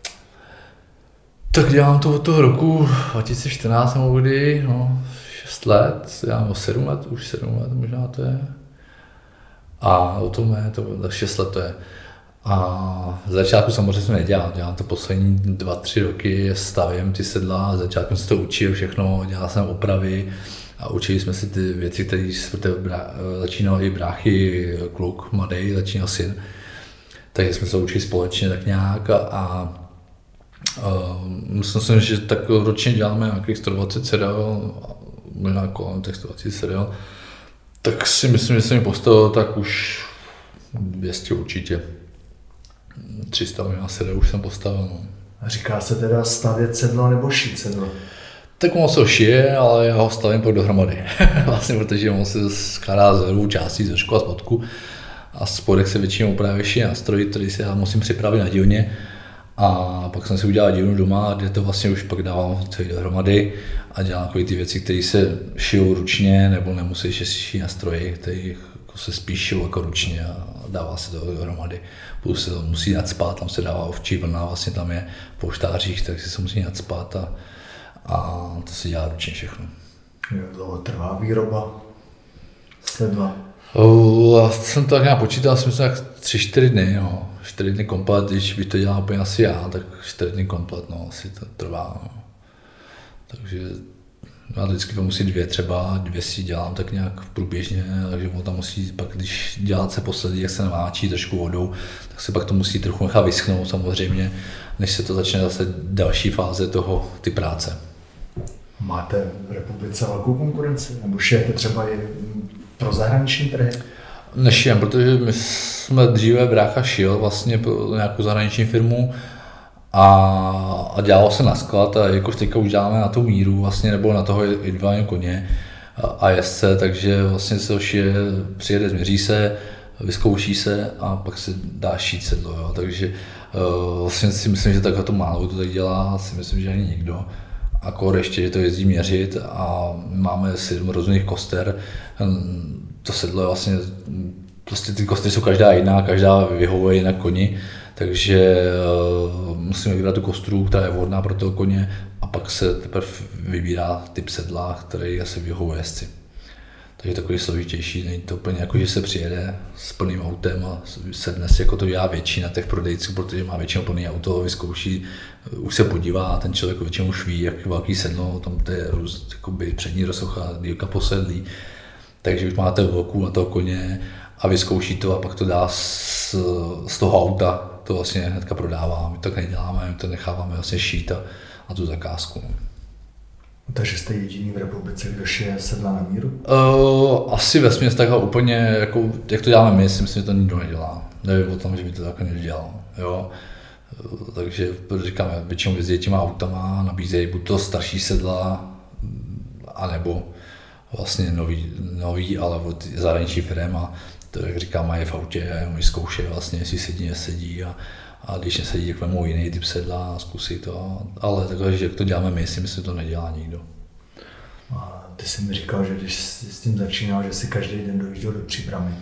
Tak dělám to od toho roku dva tisíce čtrnáct nebo kdy, no, šest let, dělám o sedm let, už sedm let možná to je. A o tom je, to šest let to je. A z začátku samozřejmě jsem nedělal, dělám to poslední dva, tři roky, stavím ty sedla, z začátku jsem se to učil všechno, dělal jsem opravy a učili jsme si ty věci, které začínal i bráchy, kluk, mladý, začínal syn. Takže jsme se učili společně tak nějak a, a myslím si, že tak ročně děláme nějakých sto dvacet sedel, možná kolem těch sto dvacet sedel. Tak si myslím, že jsem mi postavil tak už dvě stě určitě. tři sta možná sedel už jsem postavil. No. A říká se teda stavět sedlo nebo šít sedlo? Tak on se ho šije, ale já ho stavím pak dohromady. Vlastně, protože on se skládá z dvou částí, ze škola a spodku. A spodek se většinou právě šije na stroji, který si já musím připravit na dílně. A pak jsem si udělal dílnu doma, kde to vlastně už pak dávám celý dohromady a dělám takové ty věci, které se šijou ručně nebo nemusí se šít na stroji, které jako se spíš šijou jako ručně a dává se to dohromady. Plus se to musí nacpat, tam se dává ovčí vlna, vlastně tam je po štářích, takže se musí nacpat a, a to se dělá ručně všechno. Jak dlouho trvá výroba sedla? Já jsem to tak nějak počítal, jsem tak tři, čtyři dny, no. čtyři dny komplet, když bych to dělal úplně asi já, tak čtyři dny komplet, no, asi to trvá, no. Takže já vždycky to musí dvě třeba, dvě si dělám tak nějak průběžně, takže on tam musí pak, když dělat se poslední, jak se namáčí trošku vodou, tak se pak to musí trochu nechat vyschnout samozřejmě, než se to začne zase další fáze toho, ty práce. Máte v republice velkou konkurenci, nebo šijete třeba i pro zahraniční trhy? Nešijem, protože my jsme dříve brácha šil vlastně pro nějakou zahraniční firmu a, a dělalo se na sklad a jakož teďka už děláme na tu míru vlastně, nebo na toho individuálního koně a, a jezdce, takže vlastně se ho šije, přijede, změří se, vyzkouší se a pak se dá šít sedlo, jo. Takže uh, vlastně si myslím, že takhle to málo to tady dělá, si myslím, že ani nikdo. Akor ještě, že to jezdí měřit a máme sedm různých koster. To sedlo je vlastně, prostě ty kostery jsou každá jiná, každá vyhovuje jinak koni, takže musíme vybrat tu kostru, která je vhodná pro toho koně a pak se teprve vybírá typ sedla, který asi vyhovuje jezdci. Takže takový složitější, není to úplně jako, že se přijede s plným autem a sedne si, jako to dělá většina těch prodejců, protože má většinou plný auto, vyzkouší, už se podívá a ten člověk většinou už ví, jak velký sedlo, tam to je růst, jakoby přední rozsocha, dílka posedlí, takže už máte velkou na toho koně a vyzkouší to a pak to dá z, z toho auta, to vlastně hnedka prodává, my to tak neděláme, my to necháváme vlastně šít a, a tu zakázku. Takže jste jediný v republice, kdo šije sedla na míru? Uh, asi vesměs takhle úplně, jako, jak to děláme my, si myslím, že to nikdo nedělá. Nevím o tom, že by to takhle nedělal. Jo? Uh, takže říkáme, většinou jezdí těma autama, nabízejí buď to starší sedla, anebo vlastně nový, nový ale od zahraničí firem a to, jak říkám, mají v autě, oni zkoušejí vlastně, jestli sedí, nesedí a, a když nesedí, tak vemou jiný typ sedla a zkusí to, ale takhle, že jak to děláme my, si myslím, že to nedělá nikdo. A ty jsi mi říkal, že když jsi s tím začínal, že si každý den dojížděl do Příbrami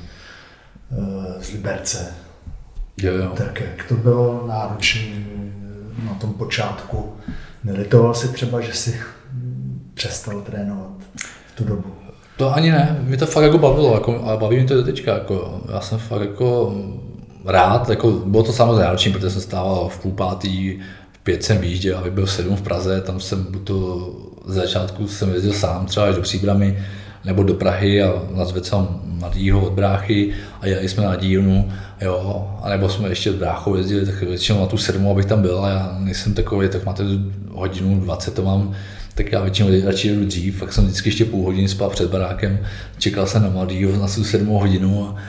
z Liberce. Jo, jo. Tak jak to bylo náročné na tom počátku? Nelitoval jsi třeba, že jsi přestal trénovat v tu dobu? To ani ne, mě to fakt jako bavilo, jako, a baví mě to do teďka, jako, já jsem fakt jako rád, jako, bylo to samozřejmě náročné, protože jsem stával v půl pátý, v pět jsem vyjížděl, abych byl v sedm v Praze, tam jsem to z začátku jsem jezdil sám, třeba až do Příbramy, nebo do Prahy a nazvět jsem mladýho od bráchy a jeli jsme na dílnu, jo, a nebo jsme ještě s bráchou jezdili, tak většinou na tu sedmu, abych tam byl a já nejsem takový, tak máte hodinu dvacet, to mám, tak já většinou radši jedu dřív, tak jsem vždycky ještě půl hodiny spal před barákem, čekal jsem na mladýho na tu sedmou hodinu a,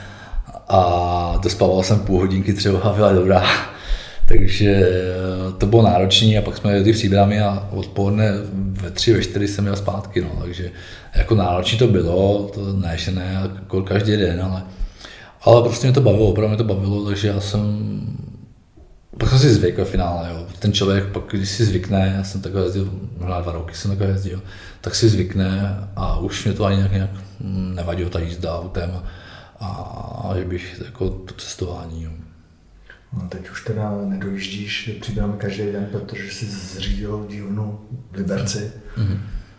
a dospával jsem půl hodinky třeba a byla dobrá. Takže to bylo náročné a pak jsme jeli v Příbrami a odpoledne ve tři, ve čtyři jsem jel zpátky, no, takže jako náročné to bylo, to ne, že ne, jako každý den, ale, ale prostě mě to bavilo, opravdu mě to bavilo, takže já jsem, pak jsem si zvykl ve finále, jo. Ten člověk pak, když si zvykne, já jsem takhle jezdil, možná dva roky jsem takhle jezdil, tak si zvykne a už mě to ani nějak, nějak nevadilo ta jízda autem a, a že bych jako to cestování, jo. No, teď už teda nedojíždíš do Příbramy každý den, protože jsi zřídil dílnu v Liberci. Mm-hmm.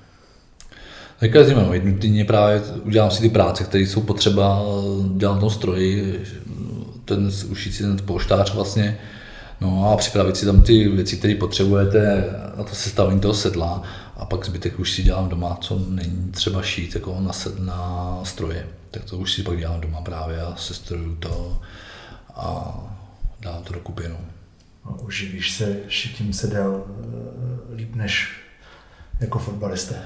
Teďka jezdíme, no, jednu týdně právě udělám si ty práce, které jsou potřeba, dělám tom stroji, ten ušít si ten polštář vlastně, no a připravit si tam ty věci, které potřebujete na to sestavení toho sedla a pak zbytek už si dělám doma, co není třeba šít jako na, sed, na stroje, tak to už si pak dělám doma právě a sestruju to a dám to dokupy, no. No, uživíš se šitím sedel líp než jako fotbalista?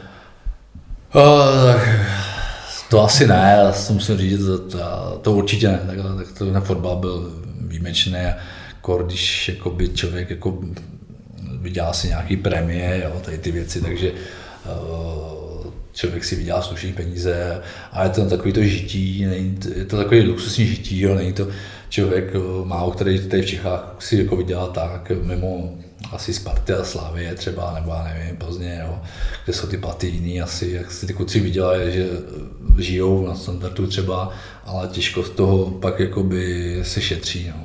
Uh, to asi ne, já si musím říct, to, to, to určitě ne, tak, tak to na fotbal byl výjimečný a kor, když jakoby, člověk jako, vydělá si nějaký prémie, jo, tady ty věci, takže uh, člověk si vydělá slušný peníze a je to takový to žití, není to, je to takový luxusní žití, jo, není to člověk málo, který tady v Čechách si jako vydělá tak, mimo asi Sparty a Slavie třeba, nebo já nevím, Plzně, jo, kde jsou ty platy jiný asi, jak si ty kluci vydělají, že žijou na standardu třeba, ale těžko z toho pak jakoby se šetří, no.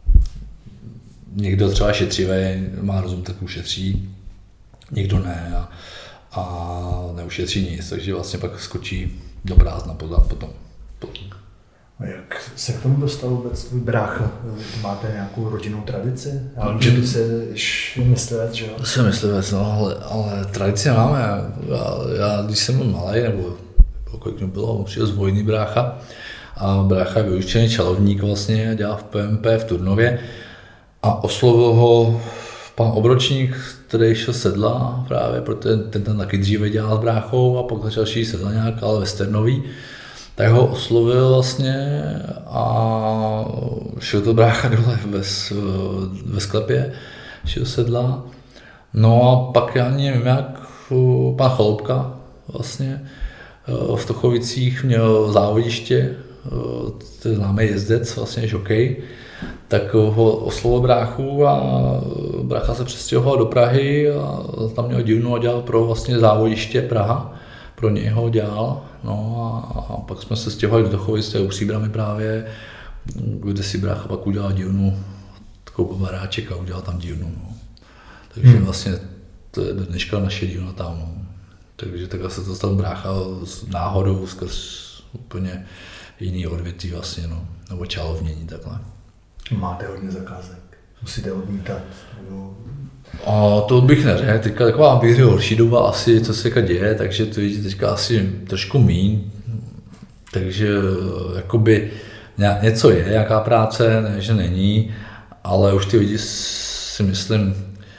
Někdo třeba šetřivý, má rozum, tak ušetří, někdo ne a, a neušetří nic, takže vlastně pak skočí do prázdna potom. A jak se k tomu dostal vůbec tvůj brácha? Máte nějakou rodinnou tradici? Já vím, že ty jsi myslivec, že jo? To jsem myslivec, no, ale, ale tradici nemáme. Já, já, když jsem byl malý, nebo kolik mi bylo, přijel z vojny brácha a brácha je vyučený čalovník vlastně, dělal v P M P v Turnově a oslovil ho pan Obročník, který šel sedla právě, protože ten tam taky dříve dělal s bráchou a pak začal šít sedla nějak, ale westernový. Tak ho oslovil vlastně a šel to brácha dole ve, ve sklepě, šel sedla. No a pak já nevím jak, pan Chaloupka vlastně v Tochovicích měl závodiště, to je známý jezdec, vlastně žokej, tak ho oslovil bráchu a brácha se přestěhoval do Prahy a tam měl dílnu a dělal pro vlastně závodiště Praha. Pro něj ho dělal, no a, a pak jsme se stěhovali do Tochovic, u Příbramy právě, kde si brácha pak udělal dílnu koupil baráček a udělal tam dílnu. No. Takže hmm. vlastně to je dneška naše dílna tam. No. Takže takhle se to stal brácha s náhodou skrz úplně jiný odvětví vlastně, no. Nebo čalovnění takhle. Máte hodně zakázek, musíte odmítat. No. A to bych neřekl, teďka taková bych řekl horší doba asi, co se teďka děje, takže to je teďka asi trošku míň. Takže jakoby něco je, jaká práce, ne, že není, ale už ty lidi si myslím,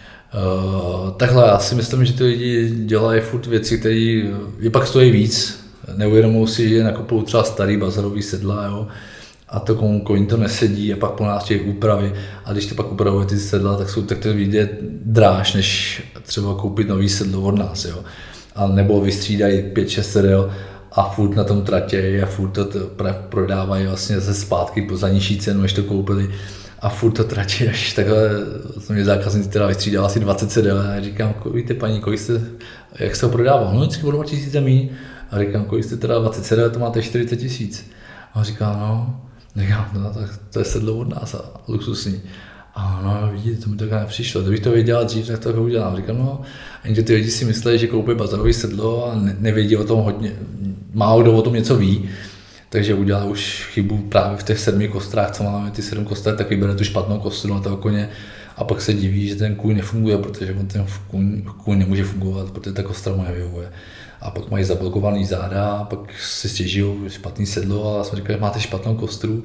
uh, takhle já si myslím, že ty lidi dělají furt věci, které je pak stojí víc, neuvědomují si, že nakupují třeba starý bazarový sedla, jo, a to komu, komu to nesedí a pak po nás těch úpravy a když ty pak upravuje ty sedla, tak jsou tak to vyjde dráž, než třeba koupit nový sedlo od nás, jo. A nebo vystřídají pět šest sedel a furt na tom tratě a furt to prodávají vlastně ze zpátky po za nižší cenu, než to koupili a furt to tratí, až takhle, to mě zákazníci teda vystřídal asi dvacet sedel a já říkám, víte paní, kolik jste, jak jste ho prodával? No vždycky o dva tisíce míň a říkám, kolik jste teda dvacet sedel, to máte čtyřicet tisíc. A říká, no, říkám, no, tak to je sedlo od nás a luxusní. A no, vidíte, to mi takhle nepřišlo. Kdybych to věděl dřív, tak to udělám. Říkám, no, jenže ty lidi si myslí, že koupí bazarový sedlo a ne, nevědí o tom hodně, málo kdo o tom něco ví. Takže udělá už chybu právě v těch sedmi kostrách, co máme, ty sedm kostrách, tak vybere tu špatnou kostru na toho koně a pak se diví, že ten kůň nefunguje, protože on ten kůň, kůň nemůže fungovat, protože ta kostra mu nevyhovuje. A pak mají zablokovaný záda a pak si stěžují špatný sedlo a já jsem říkal, že máte špatnou kostru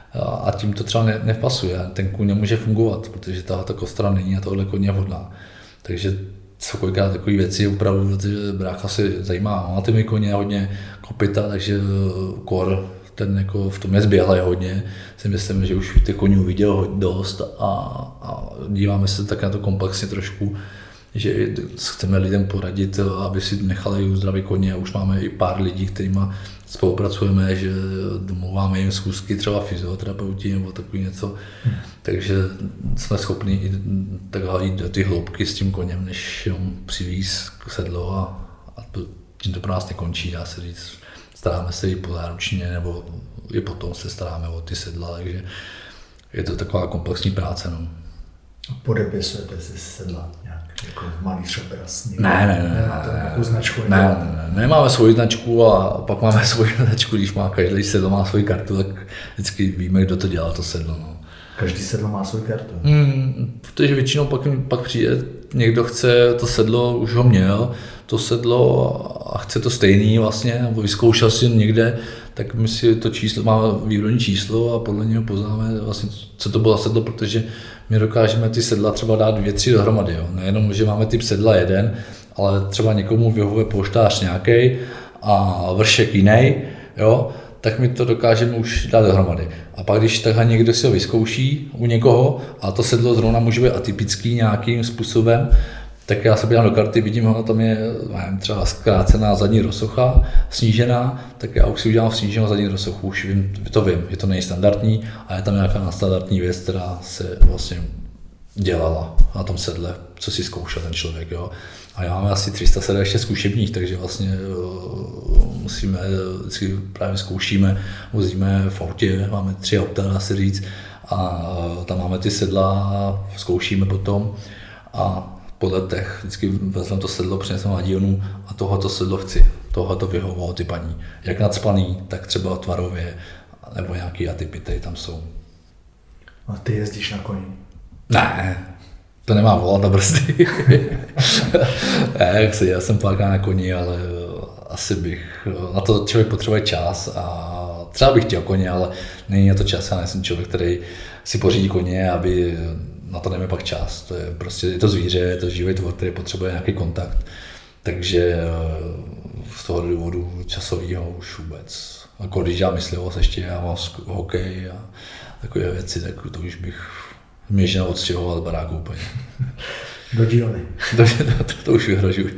a tím to třeba ne, nepasuje. Ten kůň nemůže fungovat, protože ta, ta kostra není a tohle koně je vhodná. Takže jsou kolikrát takové věci opravdu, protože brácha se zajímá, má ty mi koně hodně kopyta, takže kor ten jako v tom je zběhlej hodně. Si myslím, že už těch koní viděl dost a, a díváme se tak na to komplexně trošku, že chceme lidem poradit, aby si nechali uzdravit koně a už máme i pár lidí, kterými spolupracujeme, že domluváme jim schůzky, třeba fyzioterapeuti nebo takový něco, hmm. takže jsme schopni jít, takhle jít do ty hloubky s tím koněm, než jenom přivíz sedlo a, a to, tím to pro nás nekončí, dá se říct. Staráme se i po záručně, nebo i potom se staráme o ty sedla, takže je to taková komplexní práce. No. Podepisujete si sedla nějak, jako malý obraz? Ne, ne, ne. Nemáte nějakou značku? Ne, ne, ne, nemáme svoji značku a pak máme svoji značku, když má každý sedlo má svoji kartu, tak vždycky víme, kdo to dělá, to sedlo. No. Každý sedlo má svou kartu? Hmm, protože většinou pak, pak přijde, někdo chce to sedlo, už ho měl, to sedlo a chce to stejný vlastně, nebo vyzkoušel si někde, tak my si to číslo, máme výrobní číslo a podle něho poznáme vlastně, co to bylo sedlo, protože my dokážeme ty sedla třeba dát dvě, tři dohromady. Jo. Nejenom, že máme typ sedla jeden, ale třeba někomu vyhovuje polštář nějaký a vršek jiný, jo, tak my to dokážeme už dát dohromady. A pak když takhle někdo si ho vyzkouší u někoho a to sedlo zrovna může být atypický nějakým způsobem, tak já se podívám do karty, vidím, ona tam je nevím, třeba zkrácená zadní rozsocha, snížená, tak já už si udělám sníženou zadní rozsochu, už vím, to vím, že to není standardní a je tam nějaká nadstandardní věc, která se vlastně dělala na tom sedle, co si zkoušel ten člověk. Jo. A já máme asi tři sta sedel ještě zkušebních, takže vlastně musíme, vždycky právě zkoušíme, vozíme v autě, máme tři auta, dá se říct, a tam máme ty sedla a zkoušíme potom. A podle těch vždycky vezmeme to sedlo, přineseme na dílnu a tohoto sedlo chci, tohoto vyhovovalo ty paní. Jak nacpaný, tak třeba tvarově, nebo nějaký atypy, tady tam jsou. A ty jezdíš na koni? Ne, to nemá volat na brzdy. Ne, jak si, já jsem párkrát na koni, ale asi bych, na to člověk potřebuje čas a třeba bych chtěl koně, ale není na to čas, já nejsem člověk, který si pořídí koně, aby na to nemá pak čas. To je prostě je to zvíře, je to živý tvor, který potřebuje nějaký kontakt. Takže z toho důvodu časového už vůbec. Jako když já myslivost ještě, já mám hokej a takové věci, tak to už bych měžněl odstěhoval barák úplně. Do dílny. To, to, to už vyhrožuje.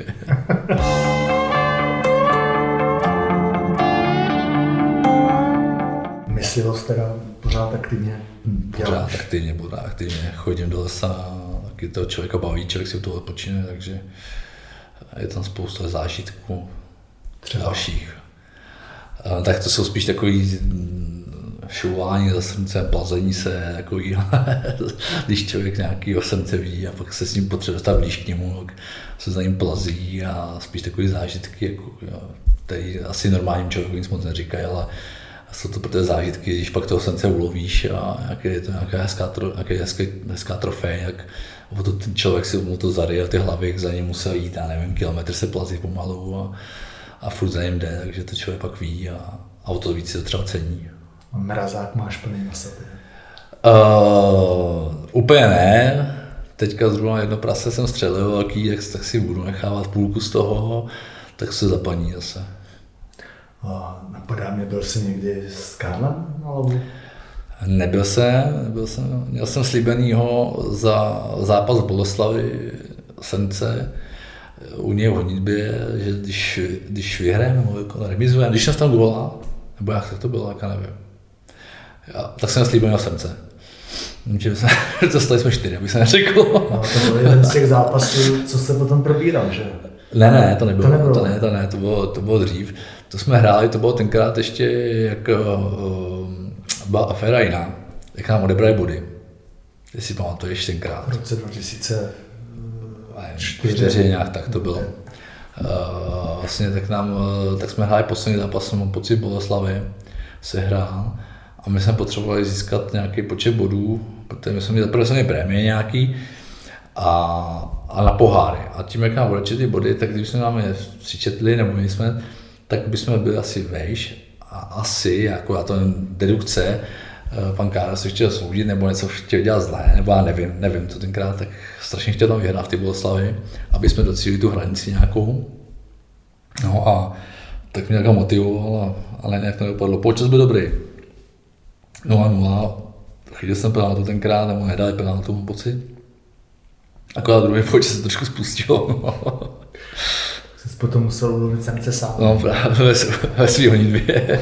Myslivost teda pořád aktivně děláš? Pořád aktivně, pořád aktivně. Chodím do lesa, taky toho člověka baví, člověk si u toho odpočine, takže je tam spousta zážitků třeba dalších. Tak to jsou spíš takový šouvání za srdcem, plazení se, takový, když člověk nějakýho srdce vidí a pak se s ním potřebuje dostat blíž k němu, tak se za ním plazí a spíš takové zážitky, jako, tady asi normálním člověku nic moc neříkají, ale jsou to pro ty zážitky, když pak toho srdce ulovíš a nějaký, je to nějaká hezká, tro, nějaký hezká, hezká trofej, jak to ten člověk si mu to zaryje ty hlavy, jak za ním musel jít, já nevím, kilometr se plazí pomalu a, a furt za ním jde, takže to člověk pak ví a, a o to víc si to třeba cení. A mrazák máš plný na sobě? Uh, úplně ne. Teďka zrovna jedno prase jsem střelil velký, tak, tak si budu nechávat půlku z toho, tak se zapaní zase. A napadá mě, byl jsi někdy s Karlem na lovu? Nebyl jsem, nebyl jsem, měl jsem slíbenýho za zápas v Boleslavy, Sence, u něj v honitbě, že když, když vyhrajeme nebo jako remizujeme, když jsem tam góla, nebo jak to bylo, jak nevím, já, tak jsem slíbený Sence. Dostali jsme čtyři, abych se neřekl. No, to byl jeden z těch zápasů, co se potom probíral, že? Ne, ne, to nebylo, to, nebylo. to ne, to ne, to bylo, to bylo dřív. To jsme hráli, to bylo tenkrát ještě, jak uh, byla aféra jiná, jak nám odebrali body. Jestli pamatuješ tenkrát. V roce dva tisíce čtyři nějak tak to bylo. Uh, vlastně tak nám, tak jsme hráli poslední zápas, mám pocit Boleslavy se hrál a my jsme potřebovali získat nějaký počet bodů, protože my jsme měli zaprvé jsme prémie nějaký a, a na poháry. A tím, jak nám odečetli ty body, tak když jsme nám je přičetli, nebo my jsme, tak bychom byli asi vejš a asi, jako já to dedukce, pan Kára se chtěl soudit nebo něco chtěl dělat zlé, nebo já nevím, nevím to tenkrát, tak strašně chtěl tam vyhrát v té Boleslavy, aby jsme docílili tu hranici nějakou. No a tak mě nějaká motivoval, ale nějak to nedopadlo. Počas byl dobrý. nula nula, chytil jsem penaltu tenkrát, nebo nedali penaltu, mám pocit. Akorát druhý počas se trošku spustil. Jsi potom musel ulovit Sence sám. No právě ve, ve svý honitbě.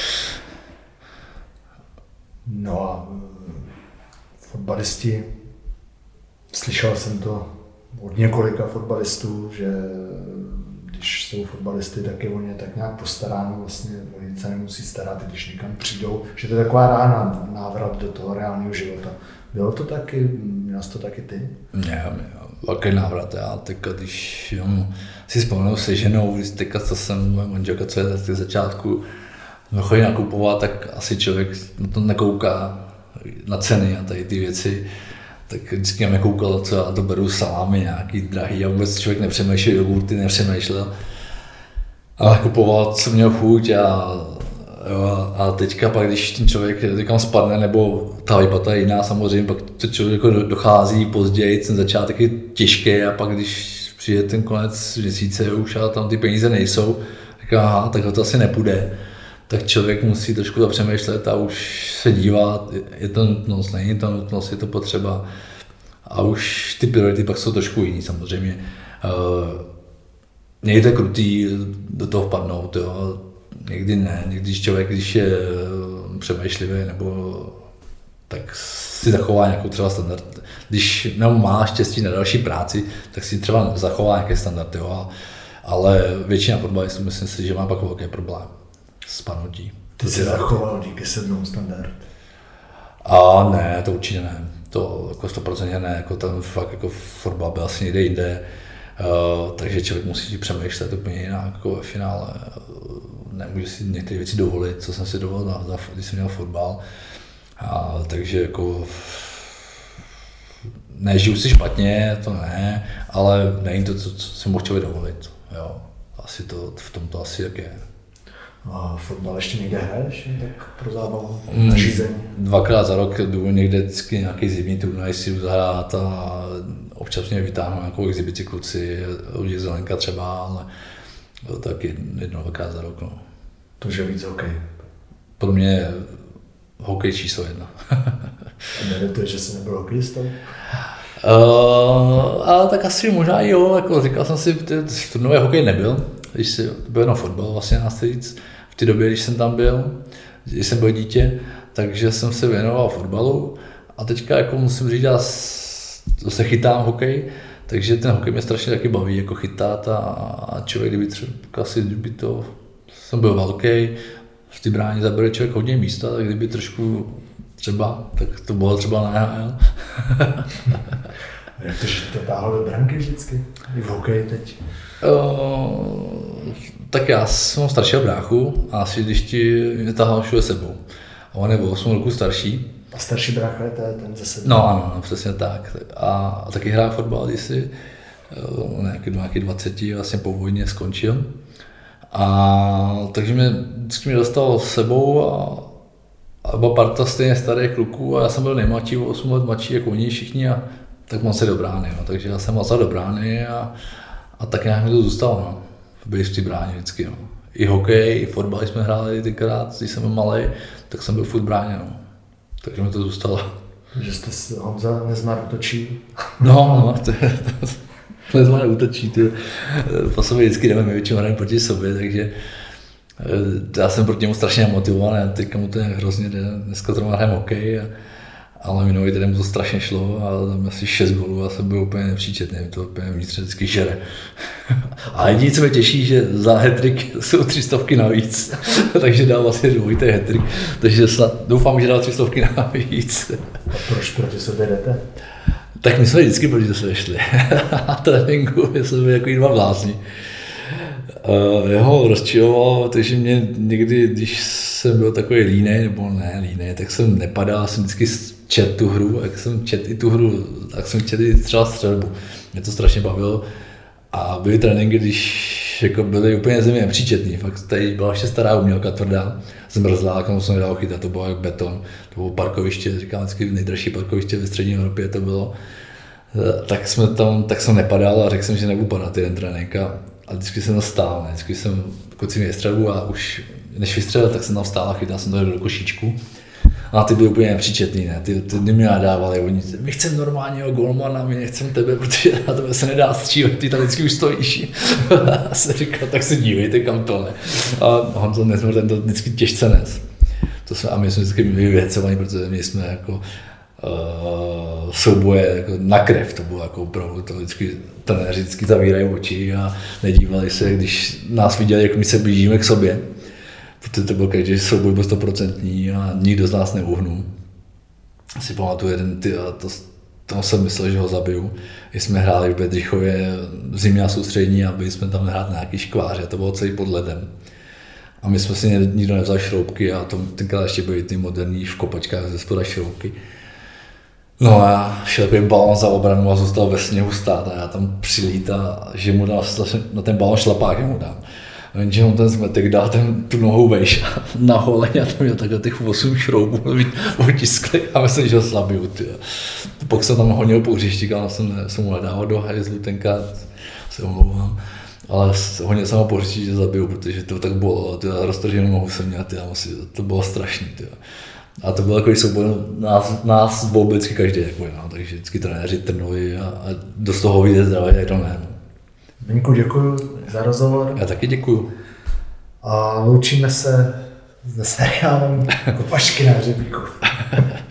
No a fotbalisti, slyšel jsem to od několika fotbalistů, že když jsou fotbalisty, tak je o ně tak nějak postaráno, vlastně o nic se nemusí starat, když někam přijdou, že to je taková rána, návrat do toho reálného života. Bylo to taky, měl jsi to taky ty? Ne, velký návrat, já teďka, když jenom si vzpomenu se ženou, teďka co jsem, moje manželka, co je z začátku, chodí nakupovat, tak asi člověk na to nekouká na ceny a tady ty věci, tak vždycky mě koukal, co já to beru salámy nějaký drahý a vůbec člověk nepřemýšlel, jogurty nepřemýšlel, ale kupoval, co měl chuť a, jo, a teďka pak, když ten člověk někam spadne, nebo ta výplata je jiná samozřejmě, pak to člověk dochází později, ten začátek je těžký a pak když přijde ten konec měsíce už a tam ty peníze nejsou, tak aha, tak to asi nepůjde. Tak člověk musí trošku zapřemýšlet a už se dívat, je to nutnost, není to nutnost, je to potřeba. A už ty priority pak jsou trošku jiný samozřejmě. Někdy je krutý do toho vpadnout, jo. Někdy ne, někdy člověk, když je přemýšlivý nebo tak si zachová nějakou třeba standard. Když má štěstí na další práci, tak si třeba zachová nějaký standard, jo. Ale většina fotbalistů myslím si, že má pak velký problém. Spadnutí. Ty jsi zachoval díky sedmou standard? A ne, to určitě ne. To jako sto procent ne, jako tam fakt jako fotbal byl asi někde jinde. Uh, takže člověk musí přemýšlet úplně jinak jako ve finále. Nemůže si některé věci dovolit, co jsem si dovolil, když jsem měl fotbal. A, takže jako nežiju si špatně, to ne, ale není to, co, co si mohl člověk dovolit. Jo. Asi to, v tom to asi jak je. A fotbal ještě někde hraješ, tak pro zábavu, naší zemi? Dvakrát za rok jdu někde vždycky nějaký zimní turnaj si jdu zahrát a občas mě vytáhnou nějakou exibici kluci, Luděk Zelenka třeba, ale tak jedno, dvakrát za rok. No. To je víc hokej. Pro mě je hokej číslo jedna. Nelituje, že jsi nebyl hokejistou? Uh, ale tak asi možná jo, jako říkal jsem si, v turnové hokej nebyl, když si, byl jenom fotbal vlastně nás říct, v té době, když jsem tam byl, když jsem byl dítě, takže jsem se věnoval fotbalu a teďka jako musím říct, já zase chytám hokej, takže ten hokej mě strašně taky baví, jako chytat a, a člověk, kdyby třeba asi, kdyby to, jsem byl velký, v té bráně zabere člověk hodně místa, tak kdyby trošku třeba, tak to bylo třeba na N H L. Jak to, že to táhlo do branky vždycky? I v hokeji teď? O, tak já jsem staršího bráchu a asi když ti mě tahal všude sebou. A on je o osm roku starší. A starší brácha je ten ze sebou? No ano, no, přesně tak. A, a taky hrál fotbal, když si nějaký, nějaký dvacet vlastně po vojně skončil. A takže mě vždycky mě dostal s sebou a, a byla parta stejně starých kluků a já jsem byl nejmladší, o osm let mladší jako oni všichni a tak moc se do brány, no. Takže já jsem moc do brány a, a tak nějak mi to zůstalo, no. Byli v té bráně vždycky, no. I hokej, i fotbal jsme hráli tenkrát, když jsem byl malý, tak jsem byl furt v bráně, no. Takže mi to zůstalo. Že jste Honza Nezmar útočí? No, no, to je... Nezmar útočí, ty po sobě vždycky jdeme, my většinou hrajeme proti sobě, takže já jsem proti němu strašně motivovaný, teďka mu to hrozně jde, dneska to hrajeme hokej, a, ale minulý týden mu to strašně šlo a tam asi šest gólů a jsem byl úplně nepříčetný, to úplně vnitřně vždycky žere. A jediné, co mě těší, že za hat-trick jsou tři stovky navíc, takže dal vlastně dvojitý hat-trick, takže snad doufám, že dal tři stovky navíc. A proč proti sobě jdete? Tak my jsme vždycky proti sobě šli. Na tréninku jsme byli jako dva blázni. Uh, jeho rozčiloval, takže mě někdy, když jsem byl takový línej, nebo ne línej, tak jsem nepadal, jsem vždycky čet tu hru, a jak jsem čet i tu hru, tak jsem čet i třeba střelbu. Mě to strašně bavilo a byly tréninky, když jako byly úplně země nepříčetný, fakt tady byla ještě stará umělka tvrdá, zmrzlá, kam jsem nedal chytat, to bylo jak beton, to bylo parkoviště, říkám vždycky nejdražší parkoviště ve střední Evropě to bylo. Tak, jsme tam, tak jsem nepadal a řekl jsem, že nebudu padat jeden trénink a, a vždycky jsem tam stál, ne? Vždycky jsem koci mě střelbu a už než vystřelil, tak jsem tam stál a chytal jsem to do košíčku. A ty byly úplně nepříčetný, ne? Ty, ty mě nadávali, oni, my chceme normálního golmana, my nechceme tebe, protože na tebe se nedá střílet, ty tam vždycky už stojíš. A jsem říkal, tak se dívejte, kam to ne. A Honza Nezmar ten to vždycky těžce nes. To jsme, a my jsme vždycky byli vyvěcovaní, protože my jsme jako uh, souboje jako na krev, to bylo jako opravdu, to vždycky trenéři vždycky zavírají oči a nedívali se, když nás viděli, jak my se blížíme k sobě. Protože to byl každý souboj byl stoprocentní a nikdo z nás neuhnul. Si pamatuju jeden, ty, a to, to jsem myslel, že ho zabiju. Když jsme hráli v Bedřichově zimní soustřední a byli jsme tam hrát na nějaký škváře, to bylo celý pod ledem. A my jsme si nikdo nevzal šroubky a to, tenkrát ještě byly ty moderní v kopačkách ze spoda šroubky. No a šel takový balón za obranu a zůstal ve sněhu stát a já tam přilít a že mu dal na ten balón šlapák, mu dám. Jenže on ten zmetek dal ten, tu nohou vejš na holeň a tam měl takhle těch osm šroubů otiskli a myslím, že ho slabiju. Tyjo. Pak jsem tam honil po hřišti, ale jsem, jsem mu nedával do hajzlu, tenkrát se omlouvám. Ale honil jsem ho po hřišti, že zabiju, protože to tak bylo, roztrženou nohu jsem měl, tyjo, to bylo strašný. Tyjo. A to byl takový souboj nás, nás dvou vždycky každý, jako, no, takže vždycky trenéři trnovali a, a dost toho vyjde zdravé, jak to ne. Zdeňku, děkuji za rozhovor. Já taky děkuju. A loučíme se se seriálem Kopačky na hřebíku.